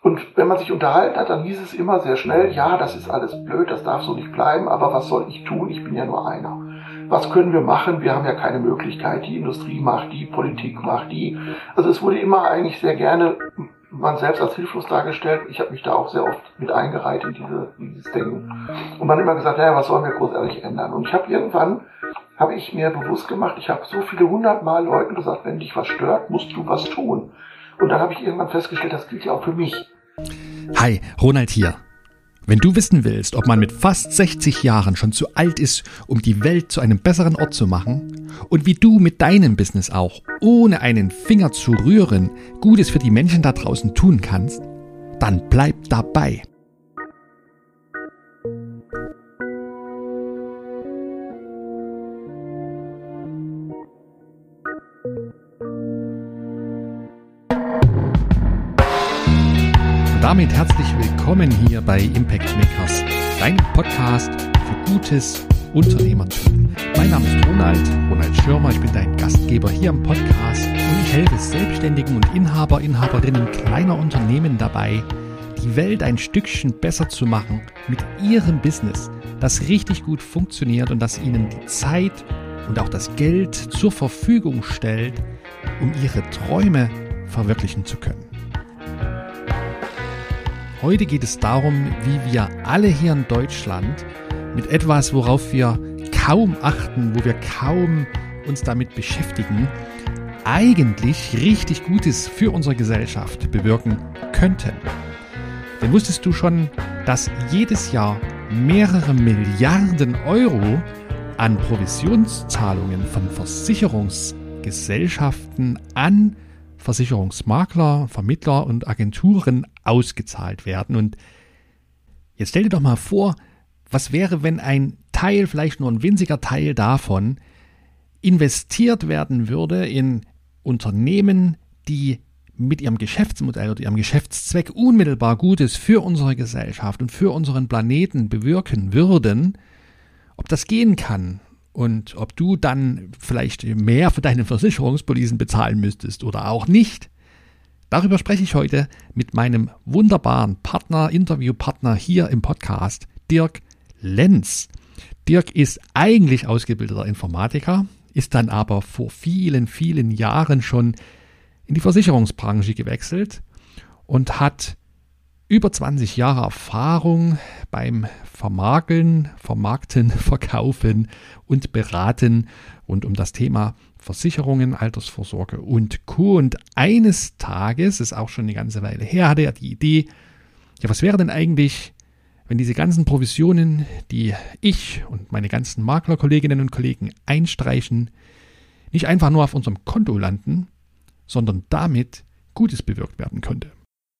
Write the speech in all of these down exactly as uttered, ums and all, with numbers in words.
Und wenn man sich unterhalten hat, dann hieß es immer sehr schnell, ja, das ist alles blöd, das darf so nicht bleiben, aber was soll ich tun? Ich bin ja nur einer. Was können wir machen? Wir haben ja keine Möglichkeit. Die Industrie macht die, Politik macht die. Also es wurde immer eigentlich sehr gerne man selbst als hilflos dargestellt. Ich habe mich da auch sehr oft mit eingereiht in diese, dieses Denken. Und man hat immer gesagt, naja, was sollen wir großartig ändern? Und ich habe irgendwann, habe ich mir bewusst gemacht, ich habe so viele hundertmal Leuten gesagt, wenn dich was stört, musst du was tun. Und dann habe ich irgendwann festgestellt, das gilt ja auch für mich. Hi, Ronald hier. Wenn du wissen willst, ob man mit fast sechzig Jahren schon zu alt ist, um die Welt zu einem besseren Ort zu machen und wie du mit deinem Business auch, ohne einen Finger zu rühren, Gutes für die Menschen da draußen tun kannst, dann bleib dabei. Damit herzlich willkommen hier bei Impact Makers, deinem Podcast für gutes Unternehmertum. Mein Name ist Ronald, Ronald Schirmer, ich bin dein Gastgeber hier im Podcast und ich helfe Selbstständigen und Inhaber, Inhaberinnen kleiner Unternehmen dabei, die Welt ein Stückchen besser zu machen mit ihrem Business, das richtig gut funktioniert und das ihnen die Zeit und auch das Geld zur Verfügung stellt, um ihre Träume verwirklichen zu können. Heute geht es darum, wie wir alle hier in Deutschland mit etwas, worauf wir kaum achten, wo wir kaum uns damit beschäftigen, eigentlich richtig Gutes für unsere Gesellschaft bewirken könnten. Denn wusstest du schon, dass jedes Jahr mehrere Milliarden Euro an Provisionszahlungen von Versicherungsgesellschaften an Versicherungsmakler, Vermittler und Agenturen ausgezahlt werden? Und jetzt stell dir doch mal vor, was wäre, wenn ein Teil, vielleicht nur ein winziger Teil davon, investiert werden würde in Unternehmen, die mit ihrem Geschäftsmodell oder ihrem Geschäftszweck unmittelbar Gutes für unsere Gesellschaft und für unseren Planeten bewirken würden, ob das gehen kann. Und ob du dann vielleicht mehr für deine Versicherungspolicen bezahlen müsstest oder auch nicht. Darüber spreche ich heute mit meinem wunderbaren Partner, Interviewpartner hier im Podcast, Dirk Lenz. Dirk ist eigentlich ausgebildeter Informatiker, ist dann aber vor vielen, vielen Jahren schon in die Versicherungsbranche gewechselt und hat über zwanzig Jahre Erfahrung beim Vermarkeln, Vermarkten, Verkaufen und Beraten rund um das Thema Versicherungen, Altersvorsorge und Co. Und eines Tages, ist auch schon eine ganze Weile her, hatte er die Idee, ja, was wäre denn eigentlich, wenn diese ganzen Provisionen, die ich und meine ganzen Maklerkolleginnen und Kollegen einstreichen, nicht einfach nur auf unserem Konto landen, sondern damit Gutes bewirkt werden könnte.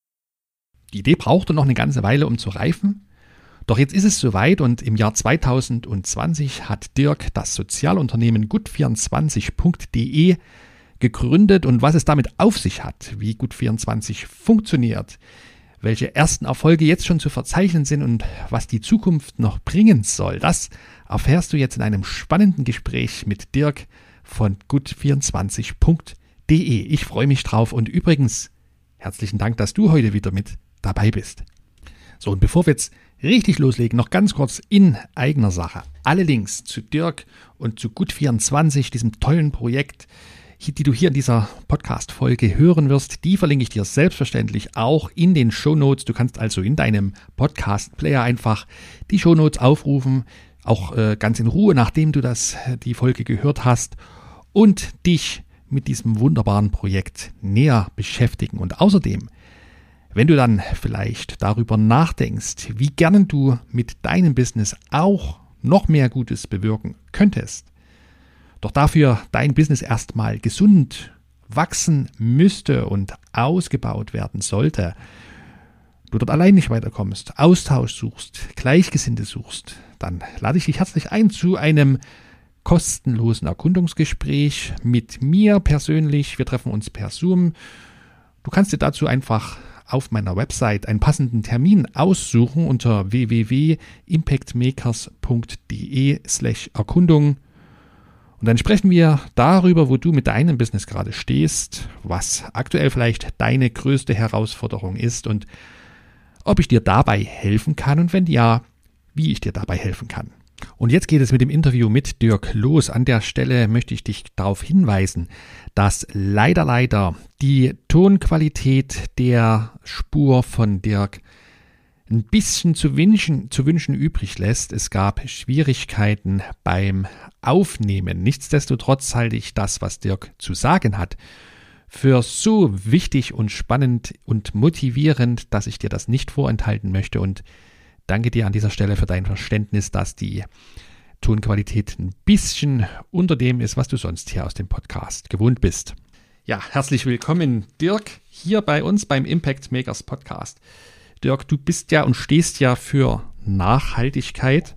Die Idee brauchte noch eine ganze Weile, um zu reifen. Doch jetzt ist es soweit und im Jahr zwanzig zwanzig hat Dirk das Sozialunternehmen gut vierundzwanzig punkt de gegründet und was es damit auf sich hat, wie gut vierundzwanzig funktioniert, welche ersten Erfolge jetzt schon zu verzeichnen sind und was die Zukunft noch bringen soll, das erfährst du jetzt in einem spannenden Gespräch mit Dirk von gut vierundzwanzig punkt de. Ich freue mich drauf und übrigens herzlichen Dank, dass du heute wieder mit dabei bist. So, und bevor wir jetzt richtig loslegen, noch ganz kurz in eigener Sache. Alle Links zu Dirk und zu gut vierundzwanzig, diesem tollen Projekt, die du hier in dieser Podcast-Folge hören wirst, die verlinke ich dir selbstverständlich auch in den Shownotes. Du kannst also in deinem Podcast-Player einfach die Shownotes aufrufen, auch äh, ganz in Ruhe, nachdem du das, die Folge gehört hast und dich mit diesem wunderbaren Projekt näher beschäftigen. Und außerdem, wenn du dann vielleicht darüber nachdenkst, wie gerne du mit deinem Business auch noch mehr Gutes bewirken könntest, doch dafür dein Business erstmal gesund wachsen müsste und ausgebaut werden sollte, du dort allein nicht weiterkommst, Austausch suchst, Gleichgesinnte suchst, dann lade ich dich herzlich ein zu einem kostenlosen Erkundungsgespräch mit mir persönlich. Wir treffen uns per Zoom. Du kannst dir dazu einfach auf meiner Website einen passenden Termin aussuchen unter w w w punkt impactmakers punkt de slash Erkundung. Und dann sprechen wir darüber, wo du mit deinem Business gerade stehst, was aktuell vielleicht deine größte Herausforderung ist und ob ich dir dabei helfen kann und wenn ja, wie ich dir dabei helfen kann. Und jetzt geht es mit dem Interview mit Dirk los. An der Stelle möchte ich dich darauf hinweisen, dass leider, leider die Tonqualität der Spur von Dirk ein bisschen zu wünschen, zu wünschen übrig lässt. Es gab Schwierigkeiten beim Aufnehmen. Nichtsdestotrotz halte ich das, was Dirk zu sagen hat, für so wichtig und spannend und motivierend, dass ich dir das nicht vorenthalten möchte und danke dir an dieser Stelle für dein Verständnis, dass die Tonqualität ein bisschen unter dem ist, was du sonst hier aus dem Podcast gewohnt bist. Ja, herzlich willkommen, Dirk, hier bei uns beim Impact Makers Podcast. Dirk, du bist ja und stehst ja für Nachhaltigkeit.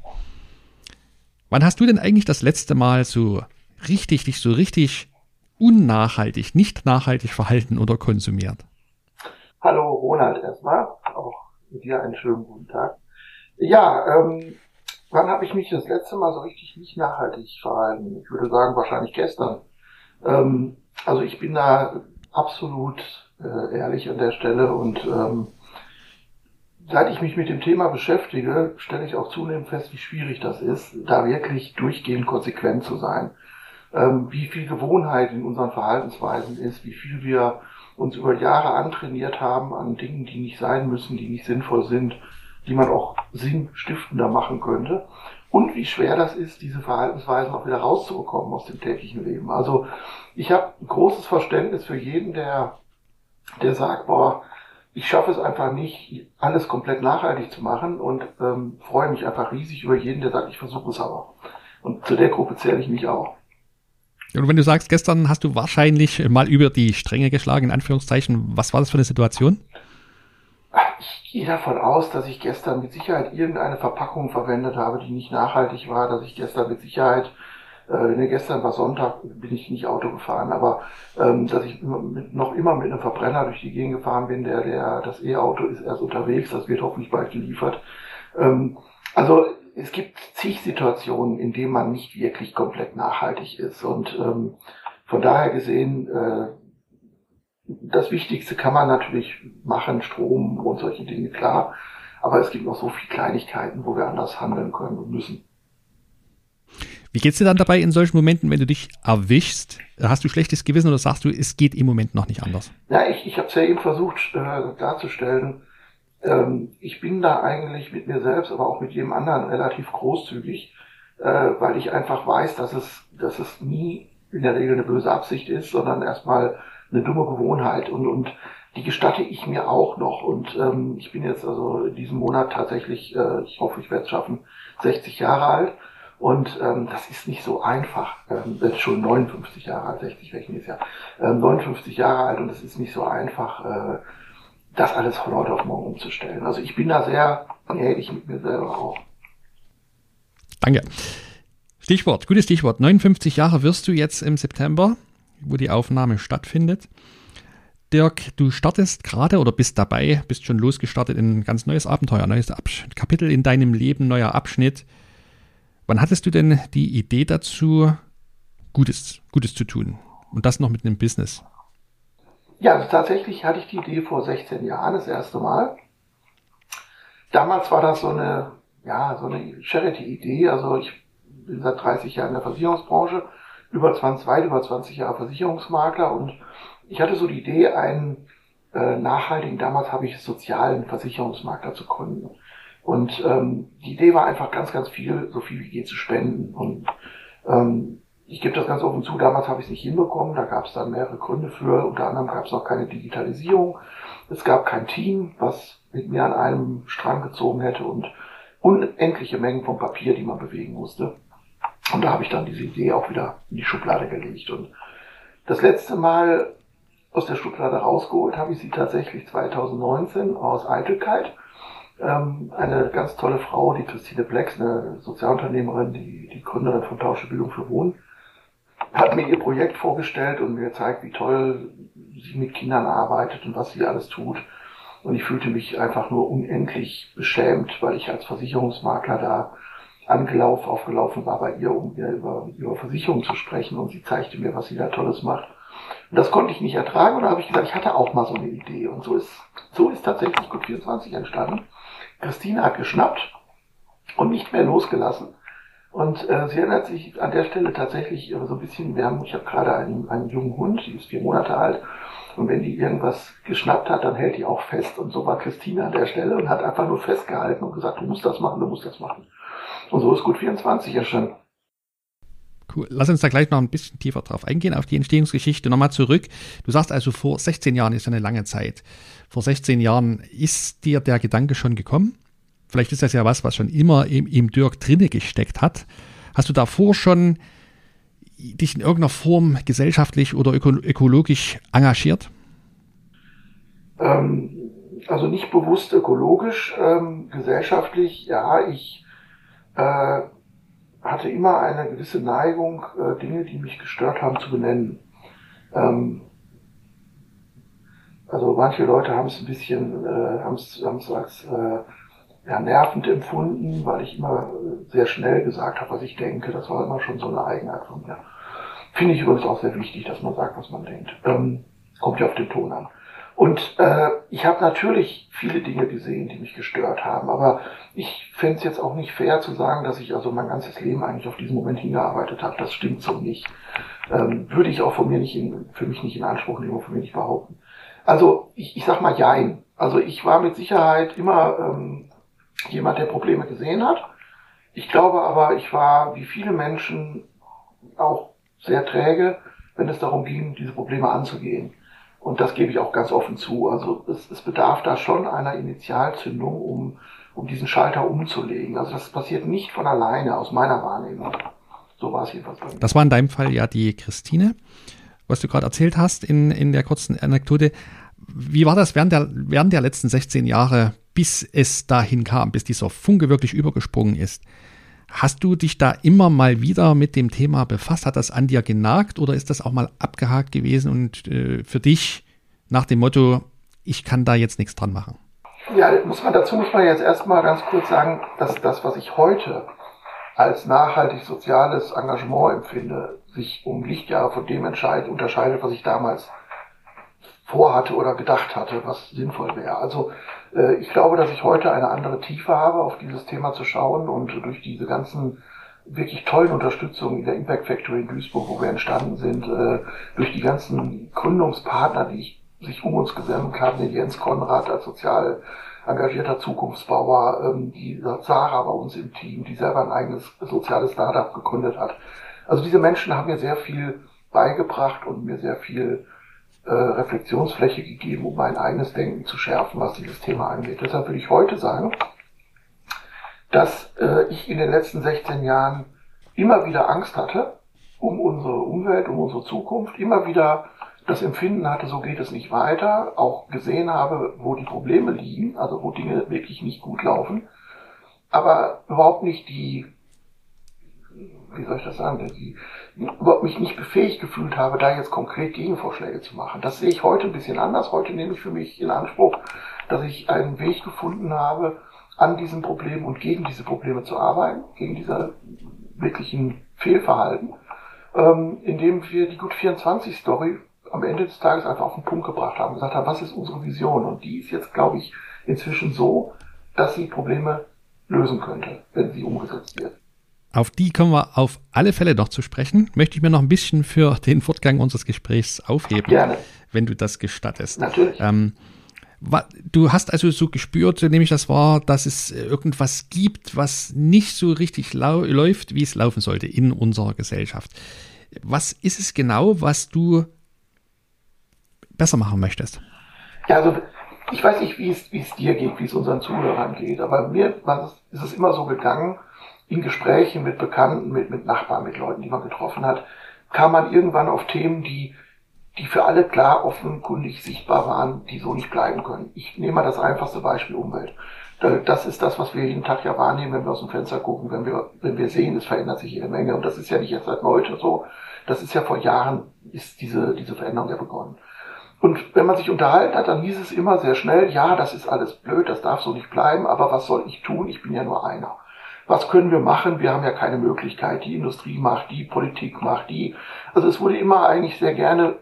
Wann hast du denn eigentlich das letzte Mal so richtig, dich so richtig unnachhaltig, nicht nachhaltig verhalten oder konsumiert? Hallo Ronald erstmal, auch mit dir einen schönen guten Tag. Ja, ähm, wann habe ich mich das letzte Mal so richtig nicht nachhaltig verhalten? Ich würde sagen, wahrscheinlich gestern. Ähm, also ich bin da absolut äh, ehrlich an der Stelle und ähm, seit ich mich mit dem Thema beschäftige, stelle ich auch zunehmend fest, wie schwierig das ist, da wirklich durchgehend konsequent zu sein. Ähm, wie viel Gewohnheit in unseren Verhaltensweisen ist, wie viel wir uns über Jahre antrainiert haben an Dingen, die nicht sein müssen, die nicht sinnvoll sind, die man auch sinnstiftender machen könnte. Und wie schwer das ist, diese Verhaltensweisen auch wieder rauszubekommen aus dem täglichen Leben. Also ich habe ein großes Verständnis für jeden, der, der sagt, boah, ich schaffe es einfach nicht, alles komplett nachhaltig zu machen und ähm, freue mich einfach riesig über jeden, der sagt, ich versuche es aber. Und zu der Gruppe zähle ich mich auch. Und wenn du sagst, gestern hast du wahrscheinlich mal über die Stränge geschlagen, in Anführungszeichen, was war das für eine Situation? Ich gehe davon aus, dass ich gestern mit Sicherheit irgendeine Verpackung verwendet habe, die nicht nachhaltig war, dass ich gestern mit Sicherheit, äh, ne, gestern war Sonntag, bin ich nicht Auto gefahren, aber ähm, dass ich immer mit, noch immer mit einem Verbrenner durch die Gegend gefahren bin, der, der das E-Auto ist erst unterwegs, das wird hoffentlich bald geliefert. Ähm, also es gibt zig Situationen, in denen man nicht wirklich komplett nachhaltig ist und ähm, von daher gesehen, äh, das Wichtigste kann man natürlich machen, Strom und solche Dinge, klar. Aber es gibt noch so viele Kleinigkeiten, wo wir anders handeln können und müssen. Wie geht's dir dann dabei in solchen Momenten, wenn du dich erwischst? Hast du schlechtes Gewissen oder sagst du, es geht im Moment noch nicht anders? Ja, ich, ich habe es ja eben versucht äh, darzustellen. Ähm, ich bin da eigentlich mit mir selbst, aber auch mit jedem anderen relativ großzügig, äh, weil ich einfach weiß, dass es, dass es nie in der Regel eine böse Absicht ist, sondern erstmal eine dumme Gewohnheit und, und die gestatte ich mir auch noch und ähm, ich bin jetzt also in diesem Monat tatsächlich, äh, ich hoffe, ich werde es schaffen, sechzig Jahre alt und ähm, das ist nicht so einfach, ähm, schon neunundfünfzig Jahre alt, sechzig wäre ich nächstes Jahr, ähm, neunundfünfzig Jahre alt und es ist nicht so einfach, äh, das alles von heute auf morgen umzustellen. Also ich bin da sehr ehrlich mit mir selber auch. Danke. Stichwort, gutes Stichwort, neunundfünfzig Jahre wirst du jetzt im September, wo die Aufnahme stattfindet. Dirk, du startest gerade oder bist dabei, bist schon losgestartet in ein ganz neues Abenteuer, neues Absch- Kapitel in deinem Leben, neuer Abschnitt. Wann hattest du denn die Idee dazu, Gutes, Gutes zu tun? Und das noch mit einem Business? Ja, also tatsächlich hatte ich die Idee vor sechzehn Jahren das erste Mal. Damals war das so eine, ja, so eine Charity-Idee. Also ich bin seit dreißig Jahren in der Versicherungsbranche, über zwanzig, weit über zwanzig Jahre Versicherungsmakler und ich hatte so die Idee, einen äh, nachhaltigen, damals habe ich sozialen Versicherungsmakler zu gründen. Und ähm, die Idee war einfach ganz, ganz viel, so viel wie geht zu spenden. Und ähm, ich gebe das ganz offen zu, damals habe ich es nicht hinbekommen, da gab es dann mehrere Gründe für, unter anderem gab es noch keine Digitalisierung, es gab kein Team, was mit mir an einem Strang gezogen hätte und unendliche Mengen von Papier, die man bewegen musste. Und da habe ich dann diese Idee auch wieder in die Schublade gelegt. Und das letzte Mal aus der Schublade rausgeholt habe ich sie tatsächlich zwanzig neunzehn aus Eitelkeit. Ähm, eine ganz tolle Frau, die Christine Blex, eine Sozialunternehmerin, die, die Gründerin von Tausche Bildung für Wohnen, hat mir ihr Projekt vorgestellt und mir gezeigt, wie toll sie mit Kindern arbeitet und was sie alles tut. Und ich fühlte mich einfach nur unendlich beschämt, weil ich als Versicherungsmakler da angelaufen, aufgelaufen war bei ihr, um mir über, über Versicherung zu sprechen. Und sie zeigte mir, was sie da Tolles macht. Und das konnte ich nicht ertragen und da habe ich gesagt, ich hatte auch mal so eine Idee. Und so ist, so ist tatsächlich Code vierundzwanzig entstanden. Christine hat geschnappt und nicht mehr losgelassen. Und äh, sie erinnert sich an der Stelle tatsächlich äh, so ein bisschen, wir haben, ich habe gerade einen, einen jungen Hund, die ist vier Monate alt. Und wenn die irgendwas geschnappt hat, dann hält die auch fest. Und so war Christine an der Stelle und hat einfach nur festgehalten und gesagt, du musst das machen, du musst das machen. Und so ist Code vierundzwanzig entstanden. Cool. Lass uns da gleich noch ein bisschen tiefer drauf eingehen, auf die Entstehungsgeschichte. Nochmal zurück. Du sagst also, vor sechzehn Jahren ist ja eine lange Zeit. Vor sechzehn Jahren ist dir der Gedanke schon gekommen? Vielleicht ist das ja was, was schon immer im, im Dirk drinne gesteckt hat. Hast du davor schon dich in irgendeiner Form gesellschaftlich oder öko- ökologisch engagiert? Ähm, also nicht bewusst ökologisch, ähm, gesellschaftlich, ja, ich äh, hatte immer eine gewisse Neigung, äh, Dinge, die mich gestört haben, zu benennen. Ähm, also manche Leute haben es ein bisschen, äh, haben es als äh, ja, nervend empfunden, weil ich immer sehr schnell gesagt habe, was ich denke. Das war immer schon so eine Eigenart von mir. Finde ich übrigens auch sehr wichtig, dass man sagt, was man denkt. Ähm, kommt ja auf den Ton an. Und äh, ich habe natürlich viele Dinge gesehen, die mich gestört haben, aber ich fände es jetzt auch nicht fair zu sagen, dass ich also mein ganzes Leben eigentlich auf diesen Moment hingearbeitet habe. Das stimmt so nicht. Ähm, würde ich auch von mir nicht in, für mich nicht in Anspruch nehmen und von mir nicht behaupten. Also ich, ich sag mal jein. Also ich war mit Sicherheit immer ähm, jemand, der Probleme gesehen hat. Ich glaube aber, ich war wie viele Menschen auch sehr träge, wenn es darum ging, diese Probleme anzugehen. Und das gebe ich auch ganz offen zu. Also es, es bedarf da schon einer Initialzündung, um, um diesen Schalter umzulegen. Also das passiert nicht von alleine, aus meiner Wahrnehmung. So war es jedenfalls bei mir. Das war in deinem Fall ja die Christine, was du gerade erzählt hast in, in der kurzen Anekdote. Wie war das während der, während der letzten sechzehn Jahre, bis es dahin kam, bis dieser Funke wirklich übergesprungen ist? Hast du dich da immer mal wieder mit dem Thema befasst? Hat das an dir genagt oder ist das auch mal abgehakt gewesen und äh, für dich nach dem Motto, ich kann da jetzt nichts dran machen? Ja, muss man, dazu muss man jetzt erstmal ganz kurz sagen, dass das, was ich heute als nachhaltig soziales Engagement empfinde, sich um Lichtjahre von dem entscheidet, unterscheidet, was ich damals vorhatte oder gedacht hatte, was sinnvoll wäre. Also äh, ich glaube, dass ich heute eine andere Tiefe habe, auf dieses Thema zu schauen und durch diese ganzen wirklich tollen Unterstützungen in der Impact Factory in Duisburg, wo wir entstanden sind, äh, durch die ganzen Gründungspartner, die ich, sich um uns gesammelt haben, den Jens Konrad als sozial engagierter Zukunftsbauer, ähm, die Sarah bei uns im Team, die selber ein eigenes soziales Startup gegründet hat. Also diese Menschen haben mir sehr viel beigebracht und mir sehr viel äh, Reflexionsfläche gegeben, um mein eigenes Denken zu schärfen, was dieses Thema angeht. Deshalb würde ich heute sagen, dass äh, ich in den letzten sechzehn Jahren immer wieder Angst hatte um unsere Umwelt, um unsere Zukunft, immer wieder das Empfinden hatte, so geht es nicht weiter, auch gesehen habe, wo die Probleme liegen, also wo Dinge wirklich nicht gut laufen, aber überhaupt nicht die, wie soll ich das sagen, die, überhaupt mich nicht befähigt gefühlt habe, da jetzt konkret Gegenvorschläge zu machen. Das sehe ich heute ein bisschen anders. Heute nehme ich für mich in Anspruch, dass ich einen Weg gefunden habe, an diesen Problemen und gegen diese Probleme zu arbeiten, gegen diese wirklichen Fehlverhalten, ähm, indem wir die Code vierundzwanzig Story am Ende des Tages einfach auf den Punkt gebracht haben, gesagt haben, was ist unsere Vision? Und die ist jetzt, glaube ich, inzwischen so, dass sie Probleme lösen könnte, wenn sie umgesetzt wird. Auf die kommen wir auf alle Fälle noch zu sprechen. Möchte ich mir noch ein bisschen für den Fortgang unseres Gesprächs aufheben, Gerne, wenn du das gestattest. Natürlich. Ähm, du hast also so gespürt, so nehme ich das wahr, dass es irgendwas gibt, was nicht so richtig lau- läuft, wie es laufen sollte in unserer Gesellschaft. Was ist es genau, was du besser machen möchtest? Ja, also ich weiß nicht, wie es, wie es dir geht, wie es unseren Zuhörern geht, aber mir war es, ist es immer so gegangen, in Gesprächen mit Bekannten, mit, mit Nachbarn, mit Leuten, die man getroffen hat, kam man irgendwann auf Themen, die, die für alle klar offenkundig sichtbar waren, die so nicht bleiben können. Ich nehme mal das einfachste Beispiel Umwelt. Das ist das, was wir jeden Tag ja wahrnehmen, wenn wir aus dem Fenster gucken, wenn wir, wenn wir sehen, es verändert sich jede Menge. Und das ist ja nicht erst seit heute so. Das ist ja vor Jahren, ist diese, diese Veränderung ja begonnen. Und wenn man sich unterhalten hat, dann hieß es immer sehr schnell, ja, das ist alles blöd, das darf so nicht bleiben, aber was soll ich tun? Ich bin ja nur einer. Was können wir machen? Wir haben ja keine Möglichkeit. Die Industrie macht, die Politik macht, die. Also es wurde immer eigentlich sehr gerne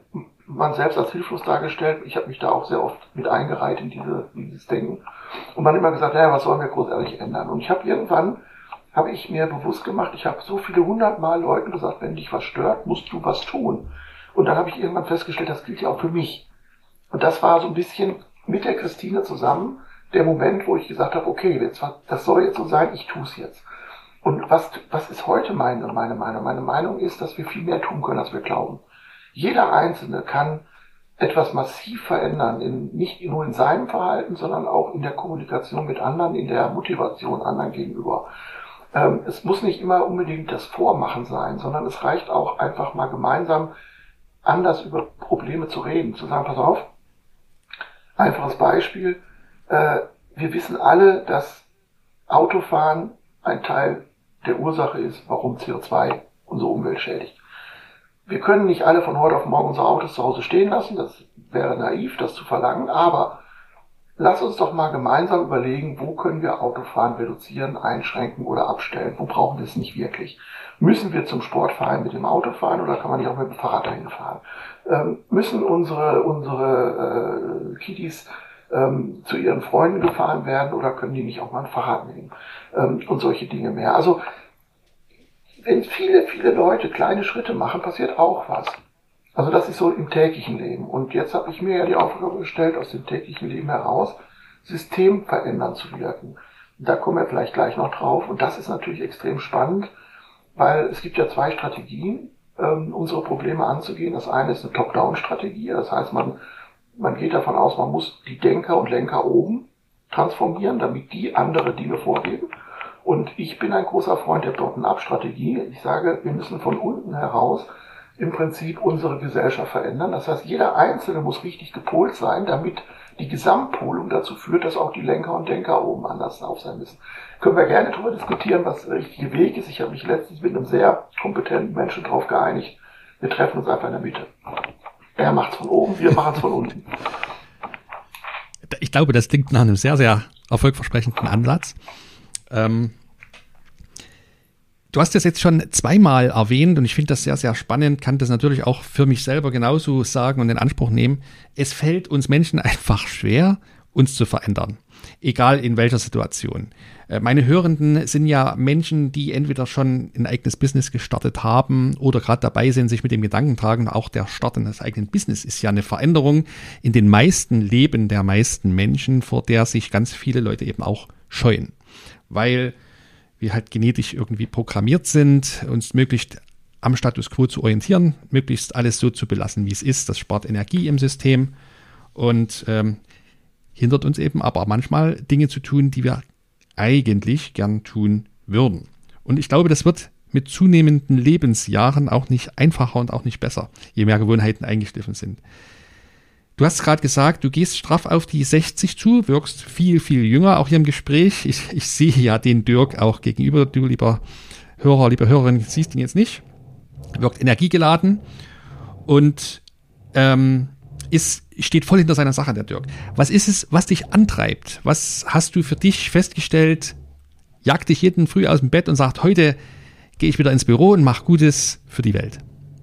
man selbst als hilflos dargestellt. Ich habe mich da auch sehr oft mit eingereiht in diese, dieses Denken. Und man hat immer gesagt, naja, was sollen wir großartig ändern? Und ich habe irgendwann, habe ich mir bewusst gemacht, ich habe so viele hundertmal Leuten gesagt, wenn dich was stört, musst du was tun. Und dann habe ich irgendwann festgestellt, das gilt ja auch für mich. Und das war so ein bisschen mit der Christine zusammen der Moment, wo ich gesagt habe, okay, jetzt, das soll jetzt so sein, ich tue es jetzt. Und was, was ist heute meine, meine Meinung? Meine Meinung ist, dass wir viel mehr tun können, als wir glauben. Jeder Einzelne kann etwas massiv verändern, in, nicht nur in seinem Verhalten, sondern auch in der Kommunikation mit anderen, in der Motivation anderen gegenüber. Ähm, es muss nicht immer unbedingt das Vormachen sein, sondern es reicht auch einfach mal gemeinsam anders über Probleme zu reden, zu sagen, pass auf, einfaches Beispiel, äh, wir wissen alle, dass Autofahren ein Teil der Ursache ist, warum C O zwei unsere Umwelt schädigt. Wir können nicht alle von heute auf morgen unsere Autos zu Hause stehen lassen, das wäre naiv, das zu verlangen, aber lass uns doch mal gemeinsam überlegen, wo können wir Autofahren reduzieren, einschränken oder abstellen, wo brauchen wir es nicht wirklich. Müssen wir zum Sportverein mit dem Auto fahren oder kann man nicht auch mit dem Fahrrad dahin fahren? Ähm, müssen unsere, unsere äh, Kiddies ähm, zu ihren Freunden gefahren werden oder können die nicht auch mal ein Fahrrad nehmen? Ähm, und solche Dinge mehr. Also wenn viele, viele Leute kleine Schritte machen, passiert auch was. Also das ist so im täglichen Leben. Und jetzt habe ich mir ja die Aufgabe gestellt, aus dem täglichen Leben heraus System verändern zu wirken. Da kommen wir vielleicht gleich noch drauf. Und das ist natürlich extrem spannend, weil es gibt ja zwei Strategien, ähm, unsere Probleme anzugehen. Das eine ist eine Top-Down-Strategie. Das heißt, man, man geht davon aus, man muss die Denker und Lenker oben transformieren, damit die andere Dinge vorgeben. Und ich bin ein großer Freund der Bottom-up-Strategie. Ich sage, wir müssen von unten heraus im Prinzip unsere Gesellschaft verändern. Das heißt, jeder Einzelne muss richtig gepolt sein, damit die Gesamtpolung dazu führt, dass auch die Lenker und Denker oben anders auf sein müssen. Können wir gerne darüber diskutieren, was der richtige Weg ist. Ich habe mich letztens mit einem sehr kompetenten Menschen darauf geeinigt. Wir treffen uns einfach in der Mitte. Er macht es von oben, wir machen es von unten. Ich glaube, das klingt nach einem sehr, sehr erfolgversprechenden Ansatz. Ähm, du hast das jetzt schon zweimal erwähnt und ich finde das sehr, sehr spannend, kann das natürlich auch für mich selber genauso sagen und in Anspruch nehmen. Es fällt uns Menschen einfach schwer, uns zu verändern, egal in welcher Situation. Äh, meine Hörenden sind ja Menschen, die entweder schon ein eigenes Business gestartet haben oder gerade dabei sind, sich mit dem Gedanken tragen, auch der Start eines eigenen Business ist ja eine Veränderung in den meisten Leben der meisten Menschen, vor der sich ganz viele Leute eben auch scheuen. Weil wir halt genetisch irgendwie programmiert sind, uns möglichst am Status quo zu orientieren, möglichst alles so zu belassen, wie es ist. Das spart Energie im System und ähm, hindert uns eben aber manchmal Dinge zu tun, die wir eigentlich gern tun würden. Und ich glaube, das wird mit zunehmenden Lebensjahren auch nicht einfacher und auch nicht besser, je mehr Gewohnheiten eingeschliffen sind. Du hast gerade gesagt, du gehst straff auf die sechzig zu, wirkst viel, viel jünger, auch hier im Gespräch. Ich, ich sehe ja den Dirk auch gegenüber. Du, lieber Hörer, liebe Hörerin, siehst ihn jetzt nicht. Wirkt energiegeladen und ähm, ist, steht voll hinter seiner Sache, der Dirk. Was ist es, was dich antreibt? Was hast du für dich festgestellt? Jagt dich jeden früh aus dem Bett und sagt, heute gehe ich wieder ins Büro und mache Gutes für die Welt.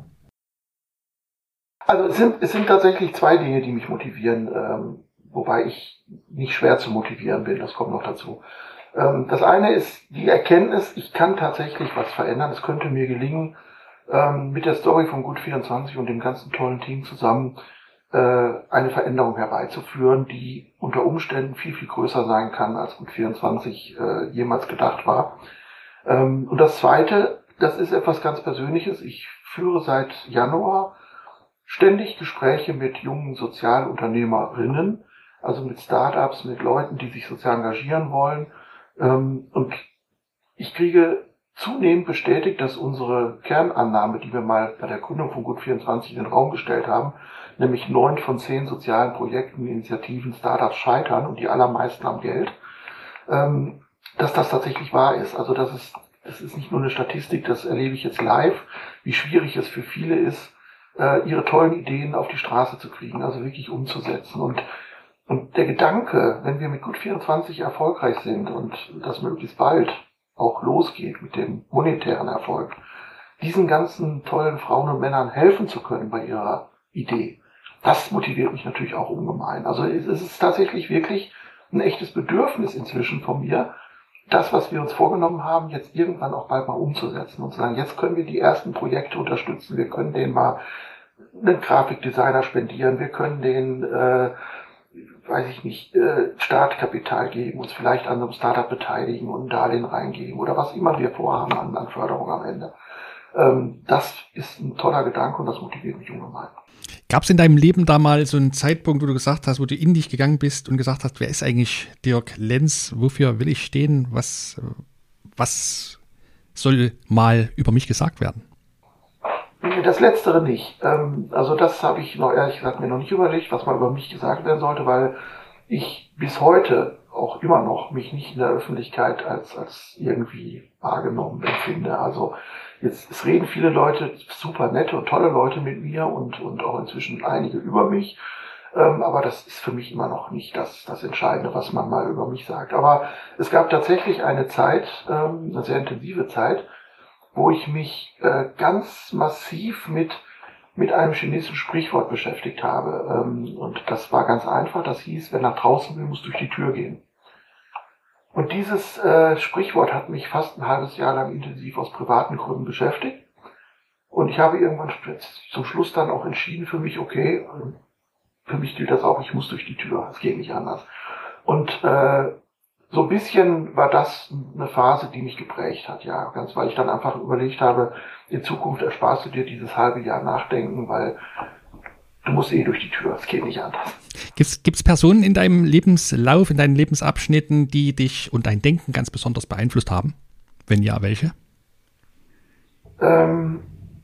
Also es sind, es sind tatsächlich zwei Dinge, die mich motivieren, ähm, wobei ich nicht schwer zu motivieren bin, das kommt noch dazu. Ähm, das eine ist die Erkenntnis, ich kann tatsächlich was verändern, es könnte mir gelingen, ähm, mit der Story von Gut vierundzwanzig und dem ganzen tollen Team zusammen äh, eine Veränderung herbeizuführen, die unter Umständen viel, viel größer sein kann, als Gut vierundzwanzig äh, jemals gedacht war. Ähm, und das zweite, das ist etwas ganz Persönliches, ich führe seit Januar ständig Gespräche mit jungen Sozialunternehmerinnen, also mit Startups, mit Leuten, die sich sozial engagieren wollen. Und ich kriege zunehmend bestätigt, dass unsere Kernannahme, die wir mal bei der Gründung von Gut vierundzwanzig in den Raum gestellt haben, nämlich neun von zehn sozialen Projekten, Initiativen, Startups scheitern und die allermeisten am Geld, dass das tatsächlich wahr ist. Also das ist, das ist nicht nur eine Statistik, das erlebe ich jetzt live, wie schwierig es für viele ist, ihre tollen Ideen auf die Straße zu kriegen, also wirklich umzusetzen. Und, und der Gedanke, wenn wir mit Gut vierundzwanzig erfolgreich sind und das möglichst bald auch losgeht mit dem monetären Erfolg, diesen ganzen tollen Frauen und Männern helfen zu können bei ihrer Idee, das motiviert mich natürlich auch ungemein. Also es ist tatsächlich wirklich ein echtes Bedürfnis inzwischen von mir, das, was wir uns vorgenommen haben, jetzt irgendwann auch bald mal umzusetzen und zu sagen, jetzt können wir die ersten Projekte unterstützen, wir können denen mal einen Grafikdesigner spendieren, wir können denen, äh, weiß ich nicht, äh, Startkapital geben, uns vielleicht an so einem Startup beteiligen und ein Darlehen reingeben oder was immer wir vorhaben an, an Förderung am Ende. Ähm, das ist ein toller Gedanke und das motiviert mich ungemein. Gab es in deinem Leben da mal so einen Zeitpunkt, wo du gesagt hast, wo du in dich gegangen bist und gesagt hast, wer ist eigentlich Dirk Lenz? Wofür will ich stehen? Was, was soll mal über mich gesagt werden? Das Letztere nicht. Also das habe ich noch ehrlich gesagt mir noch nicht überlegt, was mal über mich gesagt werden sollte, weil ich bis heute auch immer noch mich nicht in der Öffentlichkeit als, als irgendwie wahrgenommen empfinde. Also jetzt, es reden viele Leute, super nette und tolle Leute mit mir und, und auch inzwischen einige über mich. Ähm, aber das ist für mich immer noch nicht das, das Entscheidende, was man mal über mich sagt. Aber es gab tatsächlich eine Zeit, ähm, eine sehr intensive Zeit, wo ich mich äh, ganz massiv mit mit einem chinesischen Sprichwort beschäftigt habe. Ähm, und das war ganz einfach. Das hieß, wer nach draußen will, muss durch die Tür gehen. Und dieses äh, Sprichwort hat mich fast ein halbes Jahr lang intensiv aus privaten Gründen beschäftigt. Und ich habe irgendwann zum Schluss dann auch entschieden für mich, okay, für mich gilt das auch, ich muss durch die Tür. Es geht nicht anders. Und äh, so ein bisschen war das eine Phase, die mich geprägt hat, ja, ganz, weil ich dann einfach überlegt habe, in Zukunft ersparst du dir dieses halbe Jahr Nachdenken, weil du musst eh durch die Tür, es geht nicht anders. Gibt es Personen in deinem Lebenslauf, in deinen Lebensabschnitten, die dich und dein Denken ganz besonders beeinflusst haben? Wenn ja, welche? Ähm,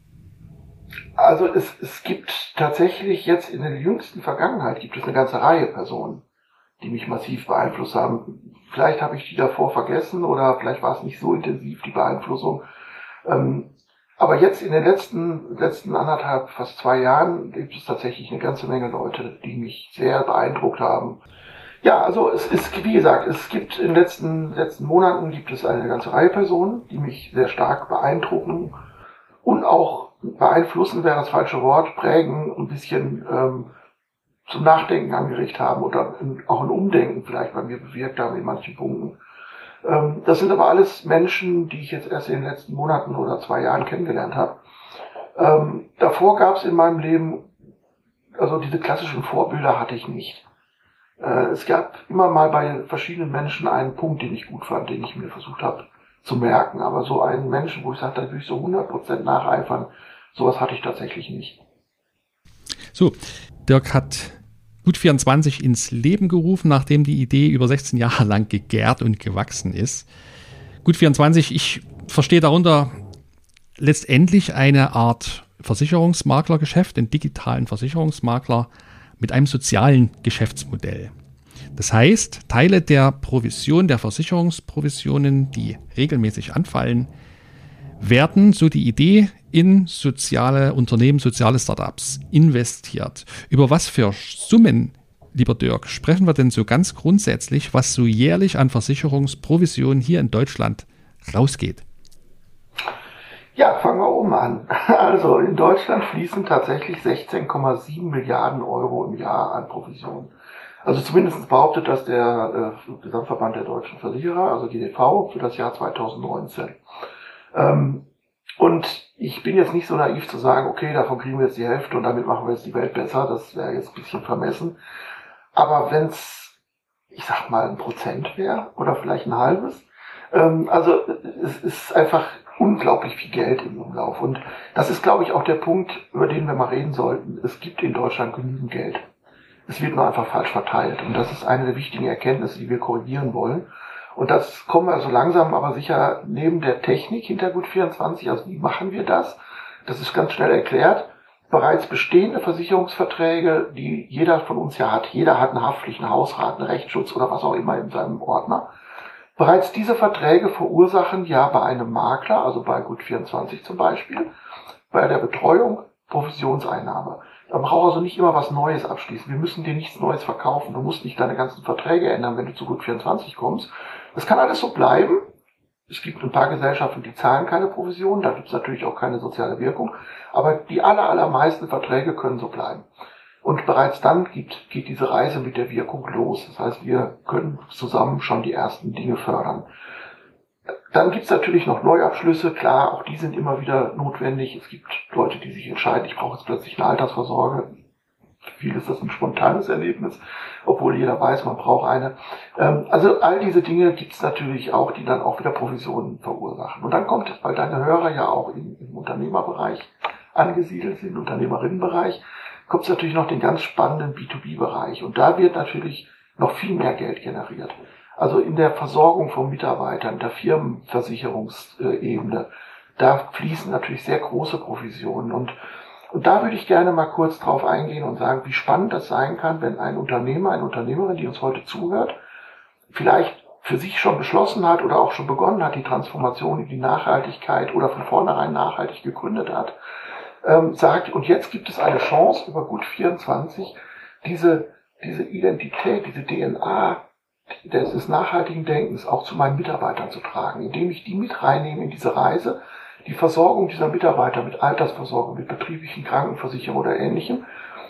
also es, es gibt tatsächlich jetzt in der jüngsten Vergangenheit gibt es eine ganze Reihe Personen, die mich massiv beeinflusst haben. Vielleicht habe ich die davor vergessen oder vielleicht war es nicht so intensiv, die Beeinflussung. Ähm, aber jetzt in den letzten, letzten anderthalb, fast zwei Jahren gibt es tatsächlich eine ganze Menge Leute, die mich sehr beeindruckt haben. Ja, also es ist, wie gesagt, es gibt in den letzten, letzten Monaten gibt es eine ganze Reihe Personen, die mich sehr stark beeindrucken und auch beeinflussen, wäre das falsche Wort, prägen, ein bisschen ähm, zum Nachdenken angeregt haben oder auch ein Umdenken vielleicht bei mir bewirkt haben in manchen Punkten. Ähm, das sind aber alles Menschen, die ich jetzt erst in den letzten Monaten oder zwei Jahren kennengelernt habe. Ähm, davor gab es in meinem Leben, also diese klassischen Vorbilder hatte ich nicht. Äh, es gab immer mal bei verschiedenen Menschen einen Punkt, den ich gut fand, den ich mir versucht habe zu merken. Aber so einen Menschen, wo ich sage, da will ich so hundert Prozent nacheifern, sowas hatte ich tatsächlich nicht. So, Dirk hat Gut vierundzwanzig ins Leben gerufen, nachdem die Idee über sechzehn Jahre lang gegärt und gewachsen ist. Gut vierundzwanzig, ich verstehe darunter letztendlich eine Art Versicherungsmaklergeschäft, einen digitalen Versicherungsmakler mit einem sozialen Geschäftsmodell. Das heißt, Teile der Provision, der Versicherungsprovisionen, die regelmäßig anfallen, werden, so die Idee, in soziale Unternehmen, soziale Startups investiert. Über was für Summen, lieber Dirk, sprechen wir denn so ganz grundsätzlich, was so jährlich an Versicherungsprovisionen hier in Deutschland rausgeht? Ja, fangen wir oben an. Also in Deutschland fließen tatsächlich sechzehn Komma sieben Milliarden Euro im Jahr an Provisionen. Also zumindest behauptet das der äh, Gesamtverband der deutschen Versicherer, also G D V, für das Jahr zweitausendneunzehn. Ähm, und ich bin jetzt nicht so naiv zu sagen, okay, davon kriegen wir jetzt die Hälfte und damit machen wir jetzt die Welt besser. Das wäre jetzt ein bisschen vermessen. Aber wenn es, ich sag mal, ein Prozent wäre oder vielleicht ein halbes, ähm, also es ist einfach unglaublich viel Geld im Umlauf. Und das ist, glaube ich, auch der Punkt, über den wir mal reden sollten. Es gibt in Deutschland genügend Geld. Es wird nur einfach falsch verteilt. Und das ist eine der wichtigen Erkenntnisse, die wir korrigieren wollen. Und das kommen wir so langsam, aber sicher neben der Technik hinter Gut vierundzwanzig. Also wie machen wir das? Das ist ganz schnell erklärt. Bereits bestehende Versicherungsverträge, die jeder von uns ja hat. Jeder hat eine Haftpflicht, einen Hausrat, einen Rechtsschutz oder was auch immer in seinem Ordner. Bereits diese Verträge verursachen ja bei einem Makler, also bei Gut vierundzwanzig zum Beispiel, bei der Betreuung Provisionseinnahme. Da braucht also nicht immer was Neues abschließen. Wir müssen dir nichts Neues verkaufen. Du musst nicht deine ganzen Verträge ändern, wenn du zu Gut vierundzwanzig kommst. Das kann alles so bleiben. Es gibt ein paar Gesellschaften, die zahlen keine Provision. Da gibt es natürlich auch keine soziale Wirkung. Aber die aller, allermeisten Verträge können so bleiben. Und bereits dann geht, geht diese Reise mit der Wirkung los. Das heißt, wir können zusammen schon die ersten Dinge fördern. Dann gibt's natürlich noch Neuabschlüsse. Klar, auch die sind immer wieder notwendig. Es gibt Leute, die sich entscheiden, ich brauche jetzt plötzlich eine Altersvorsorge. Für viele ist das ein spontanes Erlebnis, obwohl jeder weiß, man braucht eine. Also all diese Dinge gibt's natürlich auch, die dann auch wieder Provisionen verursachen. Und dann kommt es, weil deine Hörer ja auch im, im Unternehmerbereich angesiedelt sind, Unternehmerinnenbereich, kommt es natürlich noch den ganz spannenden B zwei B-Bereich. Und da wird natürlich noch viel mehr Geld generiert. Also in der Versorgung von Mitarbeitern, der Firmenversicherungsebene, da fließen natürlich sehr große Provisionen. Und, und da würde ich gerne mal kurz drauf eingehen und sagen, wie spannend das sein kann, wenn ein Unternehmer, eine Unternehmerin, die uns heute zuhört, vielleicht für sich schon beschlossen hat oder auch schon begonnen hat, die Transformation in die Nachhaltigkeit oder von vornherein nachhaltig gegründet hat, ähm, sagt, und jetzt gibt es eine Chance über Gut vierundzwanzig, diese, diese Identität, diese D N A des nachhaltigen Denkens auch zu meinen Mitarbeitern zu tragen, indem ich die mit reinnehme in diese Reise, die Versorgung dieser Mitarbeiter mit Altersversorgung, mit betrieblichen Krankenversicherung oder Ähnlichem,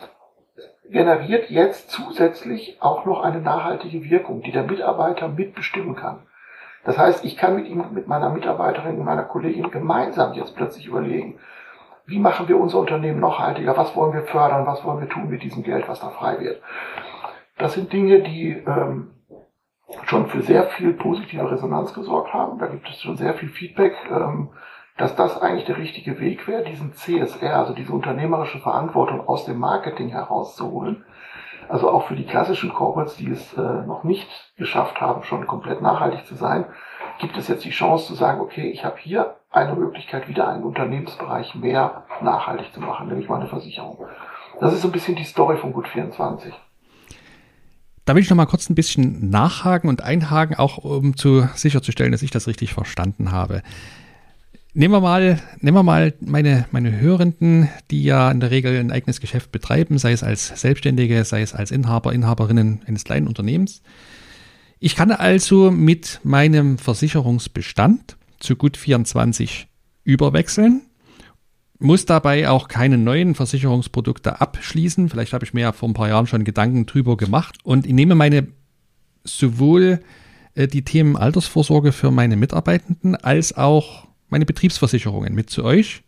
generiert jetzt zusätzlich auch noch eine nachhaltige Wirkung, die der Mitarbeiter mitbestimmen kann. Das heißt, ich kann mit ihm, mit meiner Mitarbeiterin, mit meiner Kollegin gemeinsam jetzt plötzlich überlegen, wie machen wir unser Unternehmen noch nachhaltiger, was wollen wir fördern, was wollen wir tun mit diesem Geld, was da frei wird. Das sind Dinge, die ähm, schon für sehr viel positive Resonanz gesorgt haben. Da gibt es schon sehr viel Feedback, ähm, dass das eigentlich der richtige Weg wäre, diesen C S R, also diese unternehmerische Verantwortung aus dem Marketing herauszuholen. Also auch für die klassischen Corporates, die es äh, noch nicht geschafft haben, schon komplett nachhaltig zu sein, gibt es jetzt die Chance zu sagen, okay, ich habe hier eine Möglichkeit, wieder einen Unternehmensbereich mehr nachhaltig zu machen, nämlich meine Versicherung. Das ist so ein bisschen die Story von Gut vierundzwanzig. Da will ich noch mal kurz ein bisschen nachhaken und einhaken, auch um zu sicherzustellen, dass ich das richtig verstanden habe. Nehmen wir mal, nehmen wir mal meine, meine Hörenden, die ja in der Regel ein eigenes Geschäft betreiben, sei es als Selbstständige, sei es als Inhaber, Inhaberinnen eines kleinen Unternehmens. Ich kann also mit meinem Versicherungsbestand zu Gut vierundzwanzig überwechseln, muss dabei auch keine neuen Versicherungsprodukte abschließen. Vielleicht habe ich mir ja vor ein paar Jahren schon Gedanken drüber gemacht. Und ich nehme meine sowohl äh, die Themen Altersvorsorge für meine Mitarbeitenden als auch meine Betriebsversicherungen mit zu euch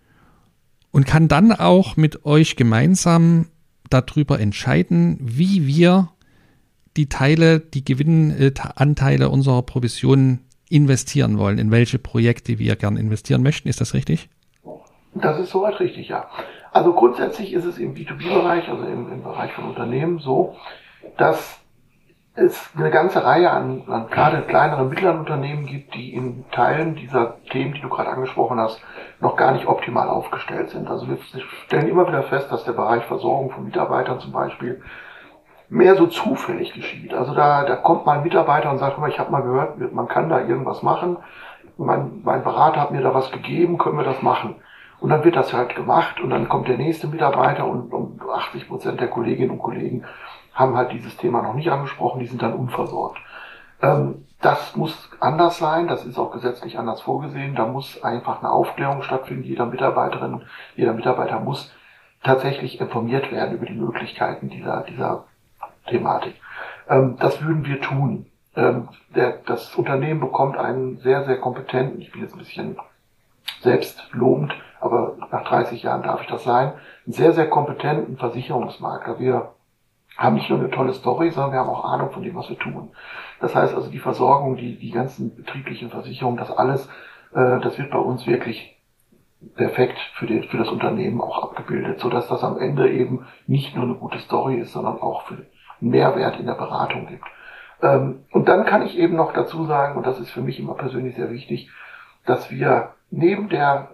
und kann dann auch mit euch gemeinsam darüber entscheiden, wie wir die Teile, die Gewinnanteile unserer Provision investieren wollen, in welche Projekte wir gern investieren möchten. Ist das richtig? Das ist soweit richtig, ja. Also grundsätzlich ist es im B zwei B-Bereich, also im, im Bereich von Unternehmen so, dass es eine ganze Reihe an, an gerade kleineren, mittleren Unternehmen gibt, die in Teilen dieser Themen, die du gerade angesprochen hast, noch gar nicht optimal aufgestellt sind. Also wir stellen immer wieder fest, dass der Bereich Versorgung von Mitarbeitern zum Beispiel mehr so zufällig geschieht. Also da, da kommt mal ein Mitarbeiter und sagt, ich habe mal gehört, man kann da irgendwas machen. Mein, mein Berater hat mir da was gegeben, können wir das machen? Und dann wird das halt gemacht und dann kommt der nächste Mitarbeiter und, und achtzig Prozent der Kolleginnen und Kollegen haben halt dieses Thema noch nicht angesprochen, die sind dann unversorgt. Ähm, das muss anders sein, das ist auch gesetzlich anders vorgesehen, da muss einfach eine Aufklärung stattfinden, jeder Mitarbeiterin, jeder Mitarbeiter muss tatsächlich informiert werden über die Möglichkeiten dieser, dieser Thematik. Ähm, das würden wir tun. Ähm, der, das Unternehmen bekommt einen sehr, sehr kompetenten, ich bin jetzt ein bisschen selbstlobend, aber nach dreißig Jahren darf ich das sein, einen sehr, sehr kompetenten Versicherungsmakler. Wir haben nicht nur eine tolle Story, sondern wir haben auch Ahnung von dem, was wir tun. Das heißt also, die Versorgung, die, die ganzen betrieblichen Versicherungen, das alles, äh, das wird bei uns wirklich perfekt für, den, für das Unternehmen auch abgebildet, sodass das am Ende eben nicht nur eine gute Story ist, sondern auch für einen Mehrwert in der Beratung gibt. Ähm, und dann kann ich eben noch dazu sagen, und das ist für mich immer persönlich sehr wichtig, dass wir neben der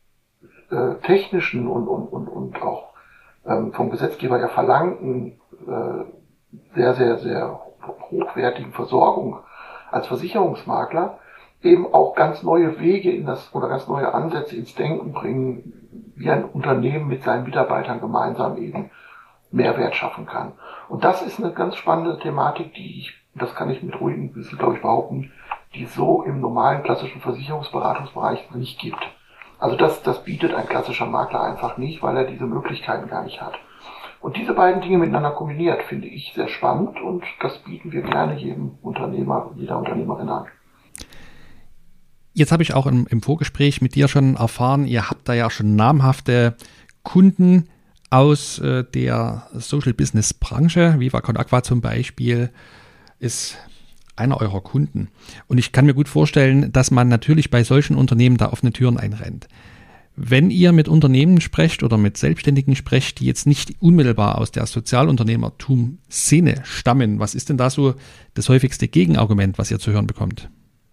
äh, technischen und, und, und, und auch ähm, vom Gesetzgeber ja verlangten äh, sehr, sehr, sehr hochwertigen Versorgung als Versicherungsmakler eben auch ganz neue Wege in das oder ganz neue Ansätze ins Denken bringen, wie ein Unternehmen mit seinen Mitarbeitern gemeinsam eben Mehrwert schaffen kann. Und das ist eine ganz spannende Thematik, die ich, das kann ich mit ruhigem Gewissen, glaube ich, behaupten, die es so im normalen klassischen Versicherungsberatungsbereich nicht gibt. Also das, das bietet ein klassischer Makler einfach nicht, weil er diese Möglichkeiten gar nicht hat. Und diese beiden Dinge miteinander kombiniert, finde ich sehr spannend und das bieten wir gerne jedem Unternehmer, jeder Unternehmerin an. Jetzt habe ich auch im, im Vorgespräch mit dir schon erfahren, ihr habt da ja schon namhafte Kunden aus äh, der Social Business Branche. Viva Con Agua zum Beispiel ist einer eurer Kunden. Und ich kann mir gut vorstellen, dass man natürlich bei solchen Unternehmen da offene Türen einrennt. Wenn ihr mit Unternehmen sprecht oder mit Selbstständigen sprecht, die jetzt nicht unmittelbar aus der Sozialunternehmertum-Szene stammen, was ist denn da so das häufigste Gegenargument, was ihr zu hören bekommt?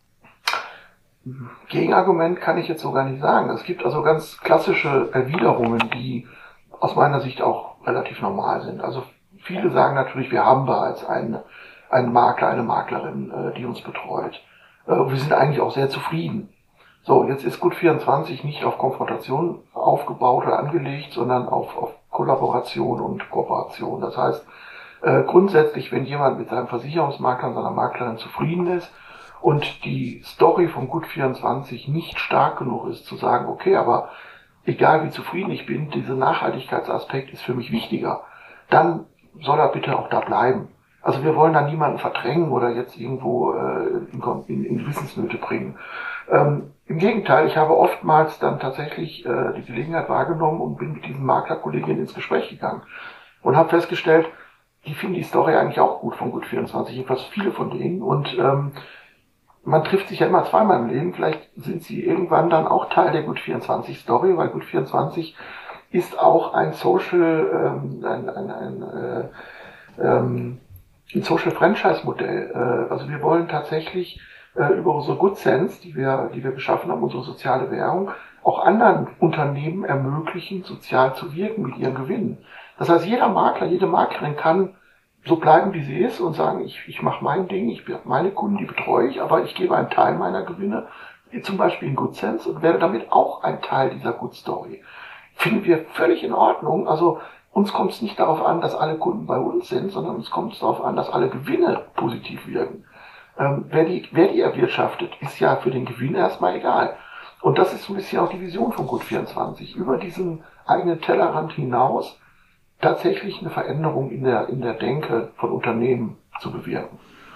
Gegenargument kann ich jetzt so gar nicht sagen. Es gibt also ganz klassische Erwiderungen, die aus meiner Sicht auch relativ normal sind. Also viele sagen natürlich, wir haben bereits einen, einen Makler, eine Maklerin, die uns betreut. Wir sind eigentlich auch sehr zufrieden. So, jetzt ist Gut vierundzwanzig nicht auf Konfrontation aufgebaut oder angelegt, sondern auf, auf Kollaboration und Kooperation. Das heißt, äh, grundsätzlich, wenn jemand mit seinem Versicherungsmakler und seiner Maklerin zufrieden ist und die Story von Gut vierundzwanzig nicht stark genug ist, zu sagen, okay, aber egal wie zufrieden ich bin, dieser Nachhaltigkeitsaspekt ist für mich wichtiger, dann soll er bitte auch da bleiben. Also wir wollen da niemanden verdrängen oder jetzt irgendwo äh, in, in Gewissensnöte bringen. Ähm, Im Gegenteil, ich habe oftmals dann tatsächlich äh, die Gelegenheit wahrgenommen und bin mit diesen Maklerkolleginnen ins Gespräch gegangen und habe festgestellt, die finden die Story eigentlich auch gut von Gut vierundzwanzig, jedenfalls viele von denen. Und ähm, man trifft sich ja immer zweimal im Leben, vielleicht sind sie irgendwann dann auch Teil der Gut vierundzwanzig Story, weil Gut vierundzwanzig ist auch ein Social, ähm, ein, ein, ein, äh, ähm, ein Social Franchise Modell. Äh, also wir wollen tatsächlich über unsere Good Sense, die wir, die wir geschaffen haben, unsere soziale Währung, auch anderen Unternehmen ermöglichen, sozial zu wirken mit ihren Gewinnen. Das heißt, jeder Makler, jede Maklerin kann so bleiben, wie sie ist und sagen, ich, ich mache mein Ding, ich habe meine Kunden, die betreue ich, aber ich gebe einen Teil meiner Gewinne, zum Beispiel in Good Sense, und werde damit auch ein Teil dieser Good Story. Finden wir völlig in Ordnung. Also uns kommt es nicht darauf an, dass alle Kunden bei uns sind, sondern uns kommt es darauf an, dass alle Gewinne positiv wirken. Ähm, wer die, wer die erwirtschaftet, ist ja für den Gewinn erstmal egal. Und das ist so ein bisschen auch die Vision von Gut vierundzwanzig. Über diesen eigenen Tellerrand hinaus tatsächlich eine Veränderung in der, in der Denke von Unternehmen zu bewirken.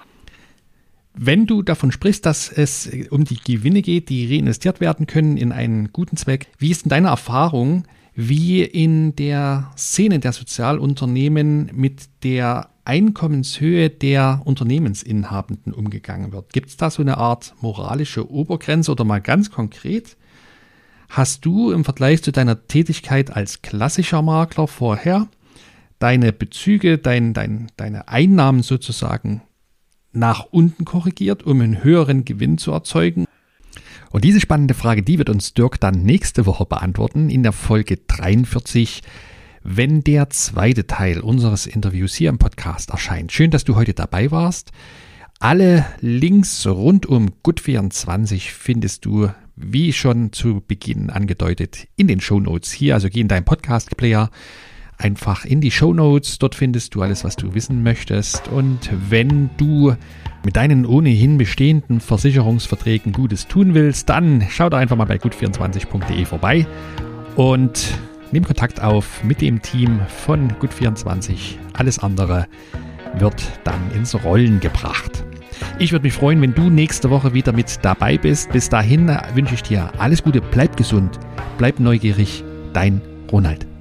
Wenn du davon sprichst, dass es um die Gewinne geht, die reinvestiert werden können in einen guten Zweck, wie ist denn deine Erfahrung, wie in der Szene der Sozialunternehmen mit der Einkommenshöhe der Unternehmensinhabenden umgegangen wird? Gibt es da so eine Art moralische Obergrenze oder mal ganz konkret? Hast du im Vergleich zu deiner Tätigkeit als klassischer Makler vorher deine Bezüge, dein, dein, deine Einnahmen sozusagen nach unten korrigiert, um einen höheren Gewinn zu erzeugen? Und diese spannende Frage, die wird uns Dirk dann nächste Woche beantworten in der Folge dreiundvierzig, wenn der zweite Teil unseres Interviews hier im Podcast erscheint. Schön, dass du heute dabei warst. Alle Links rund um Gut vierundzwanzig findest du, wie schon zu Beginn angedeutet, in den Shownotes hier. Also geh in deinen Podcast-Player, einfach in die Shownotes. Dort findest du alles, was du wissen möchtest. Und wenn du mit deinen ohnehin bestehenden Versicherungsverträgen Gutes tun willst, dann schau da einfach mal bei gut vierundzwanzig punkt de vorbei und nimm Kontakt auf mit dem Team von Gut vierundzwanzig. Alles andere wird dann ins Rollen gebracht. Ich würde mich freuen, wenn du nächste Woche wieder mit dabei bist. Bis dahin wünsche ich dir alles Gute, bleib gesund, bleib neugierig, dein Ronald.